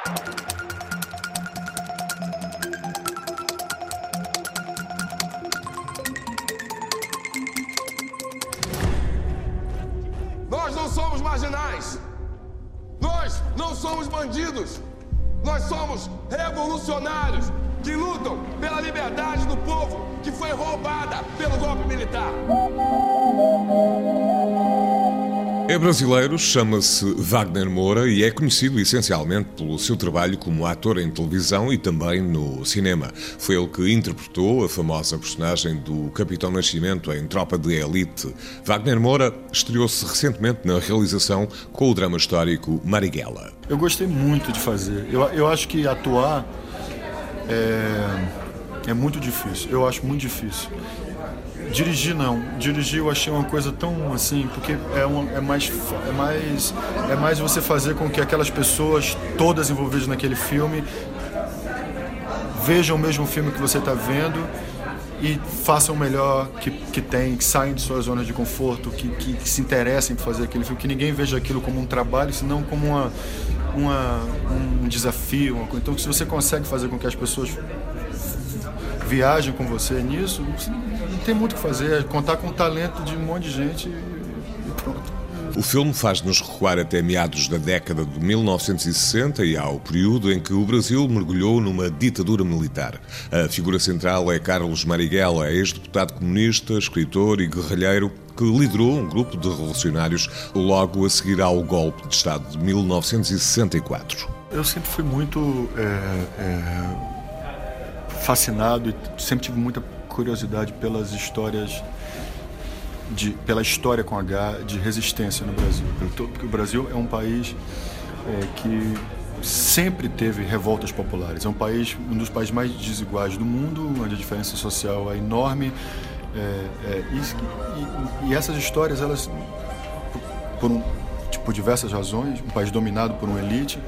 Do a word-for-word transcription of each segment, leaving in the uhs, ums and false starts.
Nós não somos marginais. Nós não somos bandidos. Nós somos revolucionários que lutam pela liberdade do povo que foi roubada pelo golpe militar. É brasileiro, chama-se Wagner Moura e é conhecido essencialmente pelo seu trabalho como ator em televisão e também no cinema. Foi ele que interpretou a famosa personagem do Capitão Nascimento em Tropa de Elite. Wagner Moura estreou-se recentemente na realização com o drama histórico Marighella. Eu gostei muito de fazer. Eu, eu acho que atuar é, é muito difícil. Eu acho muito difícil. Dirigir não, dirigir eu achei uma coisa tão assim, porque é, uma, é, mais, é, mais, é mais você fazer com que aquelas pessoas todas envolvidas naquele filme vejam o mesmo filme que você está vendo e façam o melhor que, que tem, que saem de suas zonas de conforto, que, que, que se interessem por fazer aquele filme, que ninguém veja aquilo como um trabalho, senão como uma, uma, um desafio. Uma, então, se você consegue fazer com que as pessoas viajem com você nisso, não tem muito o que fazer, é contar com o talento de um monte de gente e pronto. O filme faz-nos recuar até meados da década de mil novecentos e sessenta e ao período em que o Brasil mergulhou numa ditadura militar. A figura central é Carlos Marighella, ex-deputado comunista, escritor e guerrilheiro que liderou um grupo de revolucionários logo a seguir ao golpe de Estado de mil novecentos e sessenta e quatro. Eu sempre fui muito é, é, fascinado e sempre tive muita curiosidade pelas histórias, de, pela história com H de resistência no Brasil. Porque o Brasil é um país é, que sempre teve revoltas populares. É um país, um dos países mais desiguais do mundo, onde a diferença social é enorme. É, é, e, e, e essas histórias, elas, por, um, por diversas razões, um país dominado por uma elite,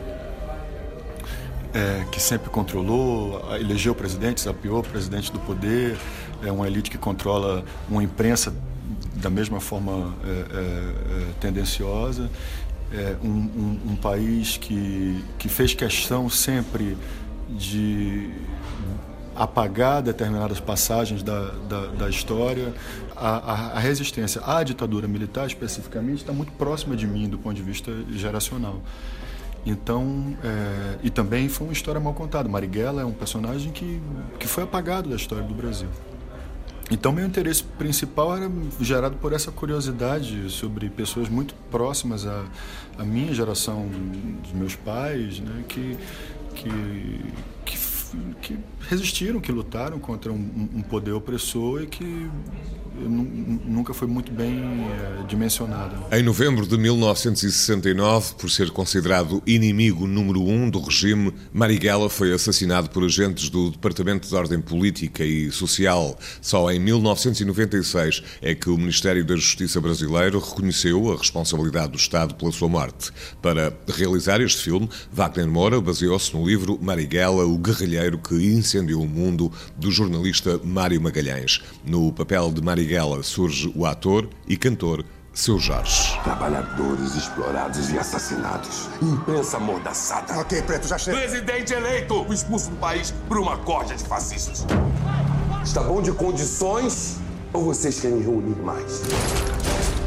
É, que sempre controlou, elegeu presidentes, apoiou presidente do poder, é uma elite que controla uma imprensa da mesma forma é, é, tendenciosa, é um, um, um país que, que fez questão sempre de apagar determinadas passagens da, da, da história. A, a, a resistência à ditadura militar, especificamente, está muito próxima de mim do ponto de vista geracional. Então, é, e também foi uma história mal contada. Marighella é um personagem que, que foi apagado da história do Brasil. Então, meu interesse principal era gerado por essa curiosidade sobre pessoas muito próximas à, à minha geração, dos meus pais, né, que, que, que, que resistiram, que lutaram contra um, um poder opressor e que nunca foi muito bem é, dimensionado. Em novembro de mil novecentos e sessenta e nove, por ser considerado inimigo número um do regime, Marighella foi assassinado por agentes do Departamento de Ordem Política e Social. Só em mil novecentos e noventa e seis é que o Ministério da Justiça brasileiro reconheceu a responsabilidade do Estado pela sua morte. Para realizar este filme, Wagner Moura baseou-se no livro Marighella, o guerrilheiro que incendiou o mundo, do jornalista Mário Magalhães. No papel de Marighella surge o ator e cantor Seu Jorge. Trabalhadores explorados e assassinados. Imprensa amordaçada. Ok, Preto, já chega. Presidente eleito, expulso do país por uma corja de fascistas. Está bom de condições ou vocês querem reunir mais?